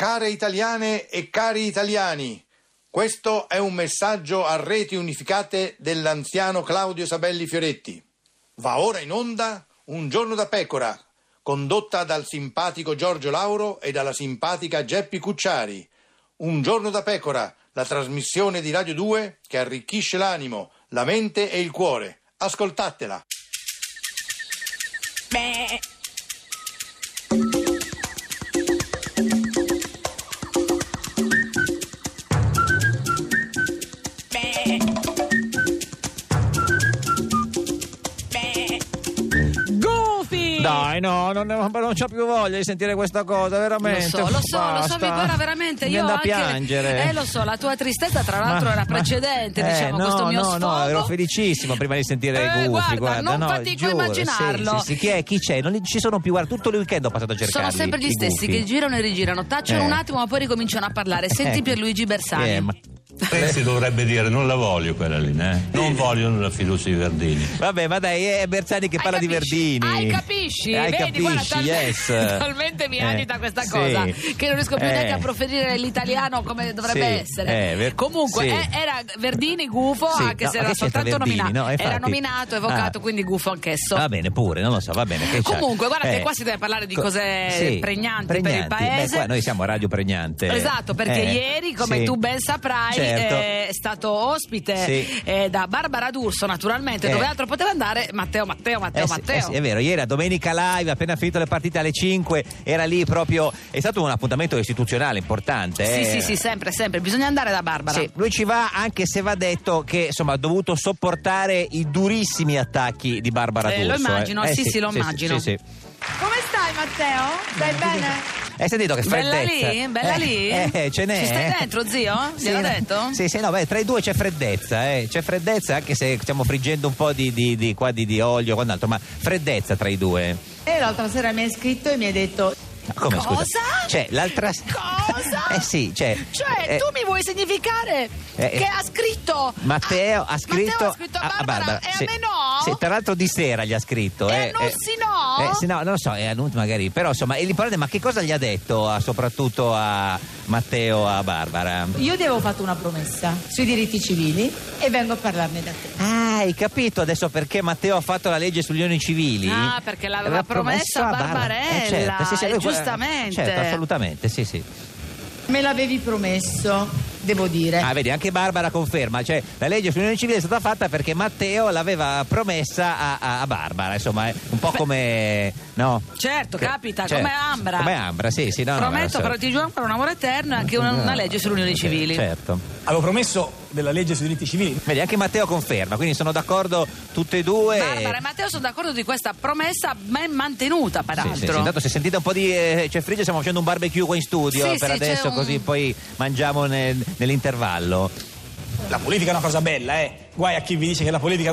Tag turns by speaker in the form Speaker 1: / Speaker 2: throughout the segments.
Speaker 1: Care italiane e cari italiani, questo è un messaggio a reti unificate dell'anziano Claudio Sabelli Fioretti. Va ora in onda Un giorno da pecora, condotta dal simpatico Giorgio Lauro e dalla simpatica Geppi Cucciari. Un giorno da pecora, la trasmissione di Radio 2 che arricchisce l'animo, la mente e il cuore. Ascoltatela.
Speaker 2: Beh.
Speaker 3: Dai, no, non c'ho più voglia di sentire questa cosa, veramente.
Speaker 2: Lo so, guarda, veramente, io
Speaker 3: da
Speaker 2: anche
Speaker 3: piangere.
Speaker 2: Lo so, la tua tristezza tra l'altro era precedente, diciamo, questo mio sfogo.
Speaker 3: No, ero felicissimo prima di sentire i Gufi, guarda.
Speaker 2: Non fatico a immaginarlo.
Speaker 3: Sì, chi c'è? Non ci sono più, guarda, tutto il weekend ho passato a cercarli.
Speaker 2: Sono sempre gli stessi che girano e rigirano, tacciono un attimo ma poi ricominciano a parlare. Senti Pierluigi Bersani.
Speaker 4: Renzi dovrebbe dire non la voglio quella lì, non vogliono la fiducia di Verdini.
Speaker 3: Vabbè, ma dai, è Bersani che parla di Verdini.
Speaker 2: Capisci?
Speaker 3: Vedi,
Speaker 2: capisci,
Speaker 3: guarda,
Speaker 2: talmente mi agita questa cosa che non riesco più neanche a proferire l'italiano come dovrebbe essere. Comunque era Verdini gufo, anche se era soltanto nominato.
Speaker 3: No,
Speaker 2: era nominato, evocato, quindi gufo anch'esso.
Speaker 3: Va bene pure, non lo so, va bene.
Speaker 2: Comunque, guarda che qua si deve parlare di cose pregnanti per il paese.
Speaker 3: Qua noi siamo a Radio Pregnante.
Speaker 2: Esatto, perché ieri, come tu ben saprai, è stato ospite da Barbara D'Urso, naturalmente. Dove altro poteva andare? Matteo.
Speaker 3: È vero, ieri a Domenica Live, appena finito le partite alle 5, era lì proprio. È stato un appuntamento istituzionale importante.
Speaker 2: Sì, sempre. Bisogna andare da Barbara.
Speaker 3: Sì, lui ci va, anche se va detto che insomma ha dovuto sopportare i durissimi attacchi di Barbara D'Urso.
Speaker 2: Lo immagino, lo immagino.
Speaker 3: Sì.
Speaker 5: Come stai, Matteo? Stai bene?
Speaker 3: Hai sentito che freddezza?
Speaker 2: Bella lì?
Speaker 3: Ce n'è.
Speaker 2: Ci stai dentro, zio? Gliel'ho detto?
Speaker 3: Sì, no, tra i due c'è freddezza, C'è freddezza, anche se stiamo friggendo un po' di olio e quant'altro, ma freddezza tra i due.
Speaker 5: E l'altra sera mi hai scritto e mi hai detto...
Speaker 3: Come,
Speaker 2: cosa?
Speaker 3: Scusa? Cioè, l'altra...
Speaker 2: Cosa?
Speaker 3: Sì,
Speaker 2: Cioè, tu mi vuoi significare che ha scritto...
Speaker 3: Matteo ha scritto
Speaker 2: a Barbara e a me no?
Speaker 3: Sì, tra l'altro di sera gli ha scritto.
Speaker 2: E a Nussi no?
Speaker 3: Sì, no, non lo so, a Nussi magari. Però insomma, l'importante, ma che cosa gli ha detto soprattutto a Matteo, a Barbara?
Speaker 5: Io ti avevo fatto una promessa sui diritti civili e vengo a parlarne da te.
Speaker 3: Ah, hai capito adesso perché Matteo ha fatto la legge sugli unioni civili?
Speaker 2: Ah, perché l'aveva promessa a Barbarella.
Speaker 3: Certo,
Speaker 2: giustamente.
Speaker 3: Certo, assolutamente, sì.
Speaker 5: Me l'avevi promesso, devo dire.
Speaker 3: Ah, vedi, anche Barbara conferma, cioè la legge sull'unione civile è stata fatta perché Matteo l'aveva promessa a Barbara, insomma, è un po' come, no?
Speaker 2: Certo, capita, come Ambra.
Speaker 3: Come Ambra, sì, no.
Speaker 2: Prometto, però ti giuro ancora un amore eterno e anche una legge sulle unioni civili.
Speaker 3: Certo.
Speaker 6: Avevo promesso della legge sui diritti civili.
Speaker 3: Vedi, anche Matteo conferma, quindi sono d'accordo tutte e due.
Speaker 2: Barbara e Matteo sono d'accordo di questa promessa ben mantenuta, peraltro.
Speaker 3: Sì. Intanto se sentite un po' di frigge, stiamo facendo un barbecue qua in studio per adesso, così poi mangiamo nell'intervallo.
Speaker 6: La politica è una cosa bella, Guai a chi vi dice che la politica...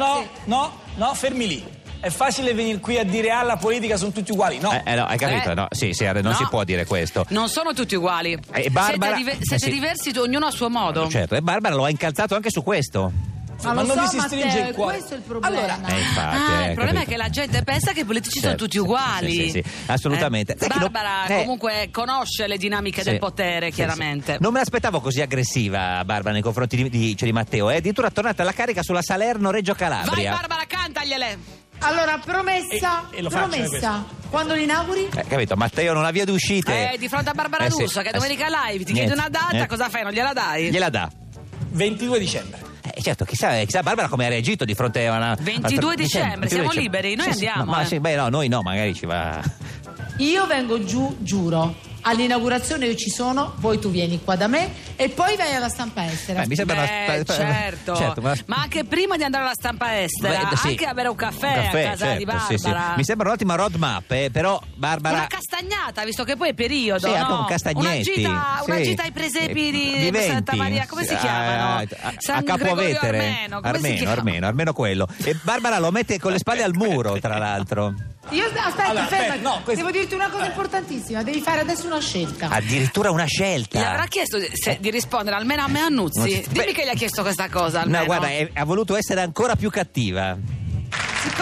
Speaker 6: No, fermi lì. È facile venire qui a dire la politica sono tutti uguali, no?
Speaker 3: No, hai capito? No, sì, non si può dire questo.
Speaker 2: Non sono tutti uguali.
Speaker 3: Barbara,
Speaker 2: siete diversi, ognuno a suo modo.
Speaker 3: Certo, e Barbara lo ha incalzato anche su questo.
Speaker 5: Ma non vi si stringe il cuore. Questo è il problema.
Speaker 2: Allora, il problema è che la gente pensa che i politici sono tutti uguali.
Speaker 3: Sì, assolutamente.
Speaker 2: Barbara comunque conosce le dinamiche del potere, chiaramente.
Speaker 3: Sì. Non me l'aspettavo così aggressiva, Barbara, nei confronti di Matteo. È addirittura tornata alla carica sulla Salerno-Reggio Calabria.
Speaker 2: Vai Barbara, cantagliele!
Speaker 5: Allora, promessa, quando li inauguri?
Speaker 3: Capito, Matteo non ha via d'uscite.
Speaker 2: Di fronte a Barbara D'Urso, che è Domenica Live, ti chiede una data, cosa fai? Non gliela dai?
Speaker 3: Gliela dà.
Speaker 6: 22 dicembre.
Speaker 3: Certo, chissà Barbara come ha reagito di fronte a una...
Speaker 2: 22 dicembre, siamo liberi, noi andiamo.
Speaker 3: Noi no, magari ci va...
Speaker 5: Io vengo giù, giuro. All'inaugurazione io ci sono, poi tu vieni qua da me e poi vai alla stampa estera.
Speaker 3: Mi sembra
Speaker 2: certo, ma anche prima di andare alla stampa estera, anche a bere un caffè a casa di Barbara.
Speaker 3: Sì. Mi sembra un'ottima roadmap, però Barbara...
Speaker 2: Una castagnata, visto che poi è periodo,
Speaker 3: no? Castagnetti.
Speaker 2: Una gita ai presepi di Santa Maria, come si chiamano?
Speaker 3: A Capovetere. Armeno quello. E Barbara lo mette con le spalle al muro, tra l'altro.
Speaker 5: Ferma. Devo dirti una cosa importantissima, devi fare adesso una scelta.
Speaker 3: Addirittura una scelta.
Speaker 2: Gli avrà chiesto di rispondere almeno a me, a Nuzzi. Dimmi che gli ha chiesto questa cosa almeno.
Speaker 3: No, guarda, ha voluto essere ancora più cattiva.
Speaker 5: Siccome è una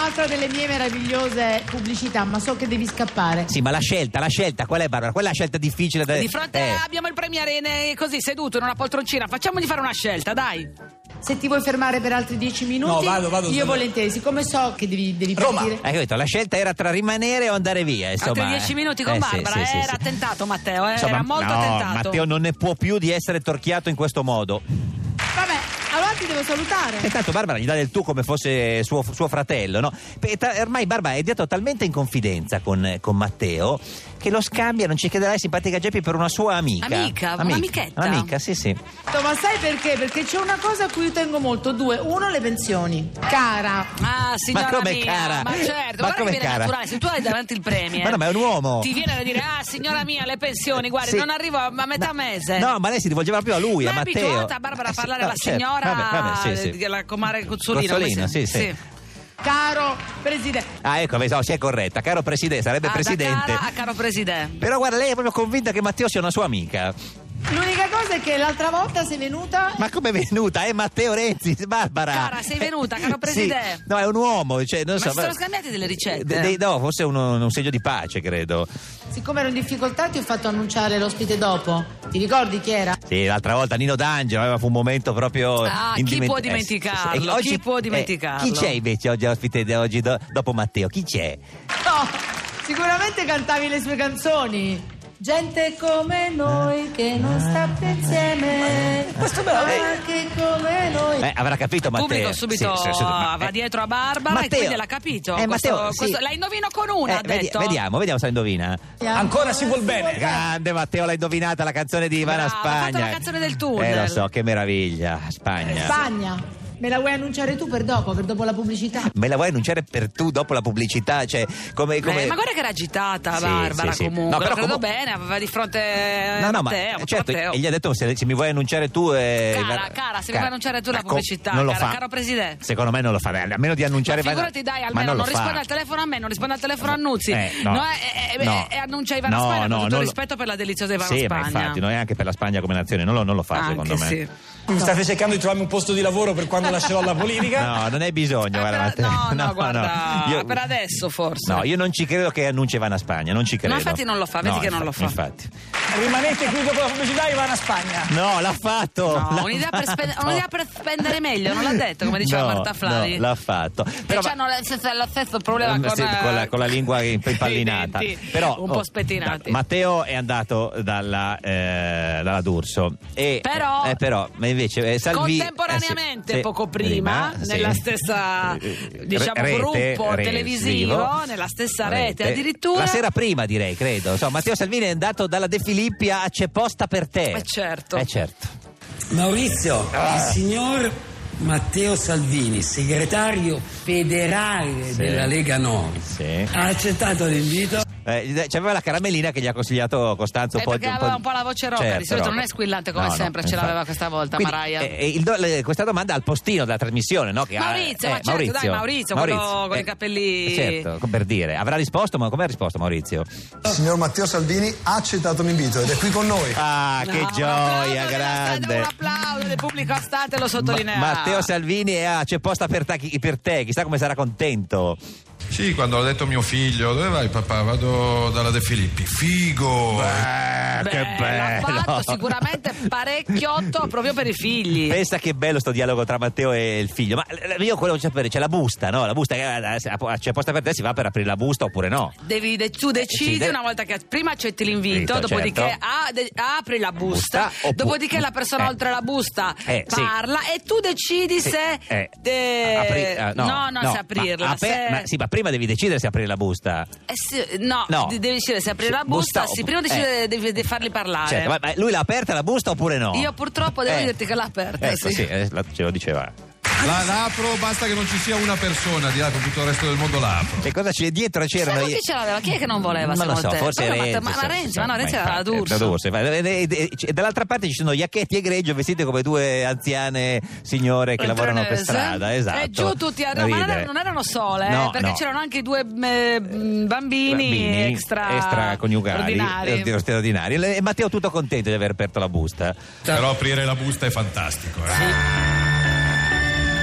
Speaker 5: un'altra delle mie meravigliose pubblicità, ma so che devi scappare.
Speaker 3: Sì, ma la scelta, qual è, Barbara? Quella è la scelta difficile.
Speaker 2: Di fronte abbiamo il premiere così seduto in una poltroncina, facciamogli fare una scelta, dai.
Speaker 5: Se ti vuoi fermare per altri 10 minuti,
Speaker 6: vado.
Speaker 5: io volentieri, siccome so che devi
Speaker 6: Roma.
Speaker 5: partire.
Speaker 3: Hai capito? La scelta era tra rimanere o andare via, insomma.
Speaker 2: Altri 10 minuti con Barbara,
Speaker 3: sì.
Speaker 2: era tentato Matteo,
Speaker 3: Insomma,
Speaker 2: era molto tentato.
Speaker 3: Matteo non ne può più di essere torchiato in questo modo.
Speaker 5: Vabbè, allora ti devo salutare.
Speaker 3: E tanto Barbara gli dà del tu come fosse suo fratello, no? Ormai Barbara è diventata talmente in confidenza con Matteo che lo scambia, non ci crederai, simpatica Geppi, per una sua amica.
Speaker 2: Un'amichetta.
Speaker 3: Un'amica, sì.
Speaker 5: Ma sai perché? Perché c'è una cosa a cui io tengo molto. 2, 1, le pensioni. Cara.
Speaker 2: Ah, signora
Speaker 3: Ma come
Speaker 2: mia,
Speaker 3: cara?
Speaker 2: ma certo,
Speaker 3: Ma
Speaker 2: guarda
Speaker 3: come
Speaker 2: che viene
Speaker 3: cara?
Speaker 2: naturale, se tu hai davanti il premio.
Speaker 3: Ma no, ma è un uomo.
Speaker 2: Ti viene da dire, signora mia, le pensioni, guardi,
Speaker 3: Sì.
Speaker 2: non arrivo a metà mese.
Speaker 3: No, ma lei si rivolgeva più a lui,
Speaker 2: ma
Speaker 3: a
Speaker 2: è
Speaker 3: Matteo.
Speaker 2: abituata Barbara a parlare alla
Speaker 3: certo.
Speaker 2: signora,
Speaker 3: Vabbè, sì.
Speaker 2: la comare Cozzolino.
Speaker 3: Cozzolino, sì.
Speaker 5: Caro Presidente.
Speaker 3: Ah, ecco, si è corretta. Caro Presidente, sarebbe Presidente.
Speaker 2: Da cara a caro Presidente.
Speaker 3: Però guarda, lei è proprio convinta che Matteo sia una sua amica.
Speaker 5: L'unica cosa è che l'altra volta sei venuta.
Speaker 3: Ma come è venuta? È Matteo Renzi, Barbara.
Speaker 2: Cara, sei venuta, caro Presidente.
Speaker 3: Sì. No, è un uomo, cioè, non
Speaker 2: Ma
Speaker 3: so.
Speaker 2: si sono scambiati delle ricette?
Speaker 3: No, forse un segno di pace, credo.
Speaker 5: Siccome ero in difficoltà ti ho fatto annunciare l'ospite dopo. Ti ricordi chi era?
Speaker 3: Sì, l'altra volta Nino D'Angelo aveva un momento proprio
Speaker 2: chi può dimenticarlo? Chi può dimenticarlo?
Speaker 3: Chi c'è invece oggi ospite dopo Matteo? Chi c'è?
Speaker 5: No, sicuramente cantavi le sue canzoni. Gente come noi che non sta più insieme.
Speaker 6: Questo bello.
Speaker 5: Anche come noi.
Speaker 3: Avrà capito Matteo.
Speaker 2: Pubblico subito
Speaker 3: Sì,
Speaker 2: va dietro a Barbara
Speaker 3: Matteo.
Speaker 2: e quindi l'ha capito.
Speaker 3: Matteo, sì.
Speaker 2: La indovino con una, ha detto.
Speaker 3: Vediamo se la indovina.
Speaker 6: Ancora si vuol bene.
Speaker 3: Grande Matteo, l'ha indovinata la canzone di Ivana
Speaker 2: Brava, ha fatto
Speaker 3: Spagna.
Speaker 2: la canzone del tunnel.
Speaker 3: Lo so, che meraviglia.
Speaker 5: Spagna. Me la vuoi annunciare tu per dopo la pubblicità?
Speaker 3: Me la vuoi annunciare per tu dopo la pubblicità? Cioè, come...
Speaker 2: Ma guarda che era agitata
Speaker 3: Sì,
Speaker 2: Barbara
Speaker 3: sì.
Speaker 2: comunque.
Speaker 3: No, però
Speaker 2: lo credo bene, aveva di fronte
Speaker 3: No,
Speaker 2: Matteo.
Speaker 3: ma certo,
Speaker 2: Matteo.
Speaker 3: e gli ha detto se mi vuoi annunciare tu...
Speaker 2: Cara, se mi vuoi annunciare tu la pubblicità,
Speaker 3: non lo
Speaker 2: cara,
Speaker 3: fa.
Speaker 2: caro Presidente.
Speaker 3: Secondo me non lo fa, a meno di annunciare...
Speaker 2: Ma figurati dai, almeno non risponde al telefono a me, non risponde al telefono a Nuzzi.
Speaker 3: No.
Speaker 2: E annuncia Ivana Spagna con tutto rispetto per la deliziosa Ivana Spagna.
Speaker 3: Sì, ma infatti, noi anche per la Spagna come nazione non lo fa,
Speaker 2: Anche
Speaker 3: secondo me.
Speaker 2: sì.
Speaker 6: State cercando di trovarmi un posto di lavoro per quando lascerò la politica?
Speaker 3: No, non hai bisogno, guarda.
Speaker 2: Guarda,
Speaker 3: Io-
Speaker 2: per adesso forse.
Speaker 3: No, io non ci credo che annuncia Ivana Spagna, non ci credo.
Speaker 2: No, infatti non lo fa, vedi che non lo fa.
Speaker 3: Infatti.
Speaker 6: Rimanete qui dopo la pubblicità, Ivana Spagna.
Speaker 3: No, l'ha fatto.
Speaker 2: No, un'idea per spendere meglio, non l'ha detto, come diceva Marta Flavi.
Speaker 3: No, l'ha fatto.
Speaker 2: Però hanno lo stesso problema
Speaker 3: con la lingua impallinata.
Speaker 2: i denti
Speaker 3: Però,
Speaker 2: un po' spettinati.
Speaker 3: Matteo è andato dalla D'Urso. Però invece Salvini
Speaker 2: contemporaneamente poco prima nella stessa gruppo televisivo, nella stessa rete addirittura
Speaker 3: la sera prima, direi, credo. Insomma, Matteo Salvini è andato dalla De Filippi a C'è posta per te.
Speaker 2: Certo.
Speaker 7: Maurizio, il signor Matteo Salvini, segretario federale della Lega Nord, ha accettato l'invito.
Speaker 3: C'aveva la caramellina che gli ha consigliato Costanzo
Speaker 2: perché aveva un po' la voce roca, di solito non è squillante come sempre, ce l'aveva questa volta. Quindi, Maraia.
Speaker 3: Questa domanda al postino della trasmissione, no? Che
Speaker 2: Maurizio, quello con i capelli.
Speaker 3: Certo, per dire, avrà risposto, ma come ha risposto Maurizio?
Speaker 8: Il signor Matteo Salvini ha accettato l'invito ed è qui con noi.
Speaker 3: Che gioia, grande.
Speaker 2: Un applauso del pubblico a stante, lo sottolinea.
Speaker 3: Matteo Salvini c'è posta per te, chissà come sarà contento.
Speaker 9: Sì, quando l'ha detto mio figlio, dove vai papà? Vado dalla De Filippi. Figo!
Speaker 3: Che bello!
Speaker 2: L'ha fatto sicuramente parecchiotto proprio per i figli.
Speaker 3: Pensa che bello sto dialogo tra Matteo e il figlio. Ma io quello che sapere, c'è la busta, no? La busta c'è posta per te, si va per aprire la busta oppure no?
Speaker 2: Tu decidi una volta che prima accetti l'invito, dopodiché apri la busta, dopodiché la persona oltre la busta parla e tu decidi se se aprirla.
Speaker 3: Ma prima devi decidere se aprire la busta.
Speaker 2: Devi decidere se aprire la busta. Prima devi farli parlare.
Speaker 3: Certo, ma lui l'ha aperta la busta oppure no?
Speaker 2: Io purtroppo devo dirti che l'ha aperta.
Speaker 3: Ce lo diceva.
Speaker 9: La apro, basta che non ci sia una persona di là, con tutto il resto del mondo la apro.
Speaker 3: Che cosa c'è dietro? C'erano
Speaker 2: chi ce l'aveva? Chi è che non voleva?
Speaker 3: Non lo so, forse
Speaker 2: Renzi. Renzi era la D'Urso.
Speaker 3: E dall'altra parte ci sono Iacchetti e Greggio vestiti come due anziane signore che lavorano per strada. Esatto.
Speaker 2: E giù tutti ma non erano sole, perché c'erano anche due bambini extra
Speaker 3: coniugali straordinari. E Matteo tutto contento di aver aperto la busta.
Speaker 9: Però aprire la busta è fantastico.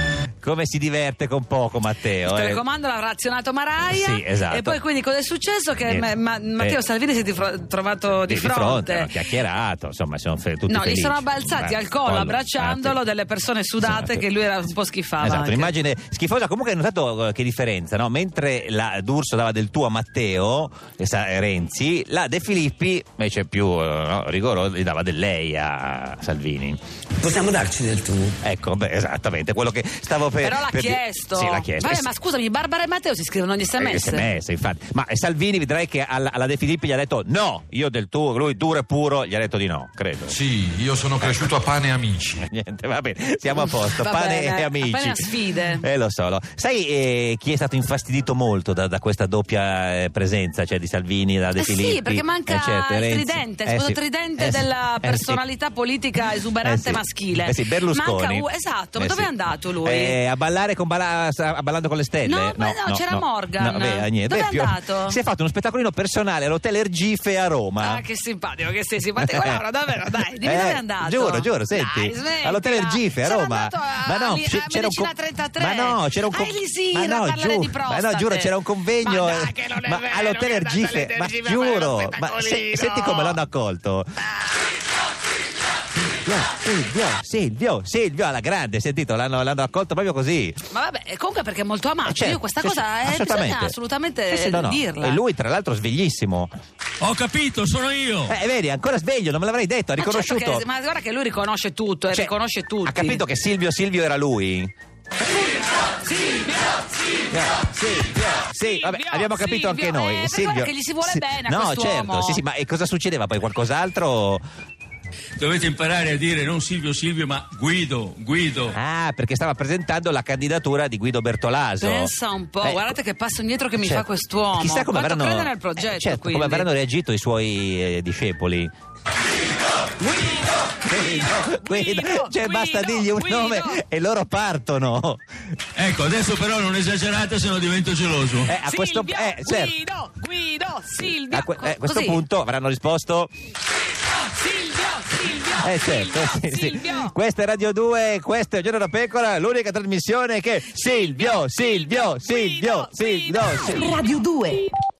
Speaker 3: come si diverte con poco Matteo.
Speaker 2: Il telecomando l'ha razionato Maraia.
Speaker 3: Sì, esatto.
Speaker 2: E poi quindi cosa è successo? Che Matteo Salvini si è trovato di fronte.
Speaker 3: Hanno chiacchierato, insomma, sono tutti
Speaker 2: no,
Speaker 3: felici.
Speaker 2: Gli sono balzati al collo, abbracciandolo, delle persone sudate che lui era un po' schifava.
Speaker 3: Esatto,
Speaker 2: anche.
Speaker 3: un'immagine schifosa. Comunque hai notato che differenza, no? Mentre la D'Urso dava del tuo a Matteo Renzi, la De Filippi invece più rigoroso gli dava del lei a Salvini.
Speaker 7: Possiamo darci del tu?
Speaker 3: Ecco, esattamente quello che stavo per.
Speaker 2: Però l'ha chiesto.
Speaker 3: Sì, l'ha chiesto.
Speaker 2: Vabbè, ma scusami, Barbara e Matteo si scrivono gli SMS.
Speaker 3: SMS, infatti. Ma Salvini vedrai che alla De Filippi gli ha detto no, io del tuo, lui duro e puro gli ha detto di no, credo.
Speaker 9: Sì, io sono cresciuto a pane e amici.
Speaker 3: Niente, va bene, siamo a posto.
Speaker 2: Va
Speaker 3: pane
Speaker 2: bene,
Speaker 3: e amici.
Speaker 2: pane a sfide.
Speaker 3: Lo so. Sai chi è stato infastidito molto da questa doppia presenza, cioè di Salvini e da De Filippi?
Speaker 2: Sì, perché manca il tridente, il tridente della personalità politica esuberante maschile.
Speaker 3: Sì, Berlusconi.
Speaker 2: Esatto, ma dove è andato lui?
Speaker 3: A ballare ballando con le stelle?
Speaker 2: No, c'era Morgan.
Speaker 3: Niente.
Speaker 2: Dove è andato?
Speaker 3: Si è fatto uno spettacolino personale all'Hotel Ergife a Roma.
Speaker 2: Ah, che simpatico, Laura, davvero, dai, dimmi dove è andato.
Speaker 3: Giuro, senti.
Speaker 2: Dai,
Speaker 3: all'Hotel Ergife a Roma.
Speaker 2: Ma no, c'era un 33.
Speaker 3: Ma no, c'era un giuro, c'era un convegno. Ma all'Hotel Ergife, ma giuro, ma senti come l'hanno accolto. Silvio, alla grande, sentito, l'hanno accolto proprio così.
Speaker 2: Ma vabbè, comunque perché è molto amato.
Speaker 3: Certo,
Speaker 2: io questa cosa bisogna assolutamente dirla.
Speaker 3: E lui, tra l'altro, sveglissimo.
Speaker 4: Ho capito, sono io.
Speaker 3: Vedi, ancora sveglio, non me l'avrei detto, ha riconosciuto.
Speaker 2: Certo ma guarda che lui riconosce tutto, riconosce tutti.
Speaker 3: Ha capito che Silvio era lui? Silvio, vabbè, abbiamo capito anche noi.
Speaker 2: Silvio, che gli si vuole bene a quest'uomo.
Speaker 3: Certo, sì, ma e cosa succedeva poi? Qualcos'altro?
Speaker 4: Dovete imparare a dire non Silvio, ma Guido.
Speaker 3: Ah, perché stava presentando la candidatura di Guido Bertolaso.
Speaker 2: Pensa un po', guardate che passo indietro che mi fa quest'uomo.
Speaker 3: Chissà come avranno
Speaker 2: crede nel progetto,
Speaker 3: come avranno reagito i suoi discepoli. Guido. Cioè basta dirgli un nome e loro partono.
Speaker 4: Ecco, adesso però non esagerate, se no divento geloso.
Speaker 3: A questo
Speaker 2: Guido, Silvio.
Speaker 3: A questo punto avranno risposto certo, sì. Questa è Radio 2, questo è Giorno da Pecora, l'unica trasmissione che Silvio.
Speaker 2: Radio 2.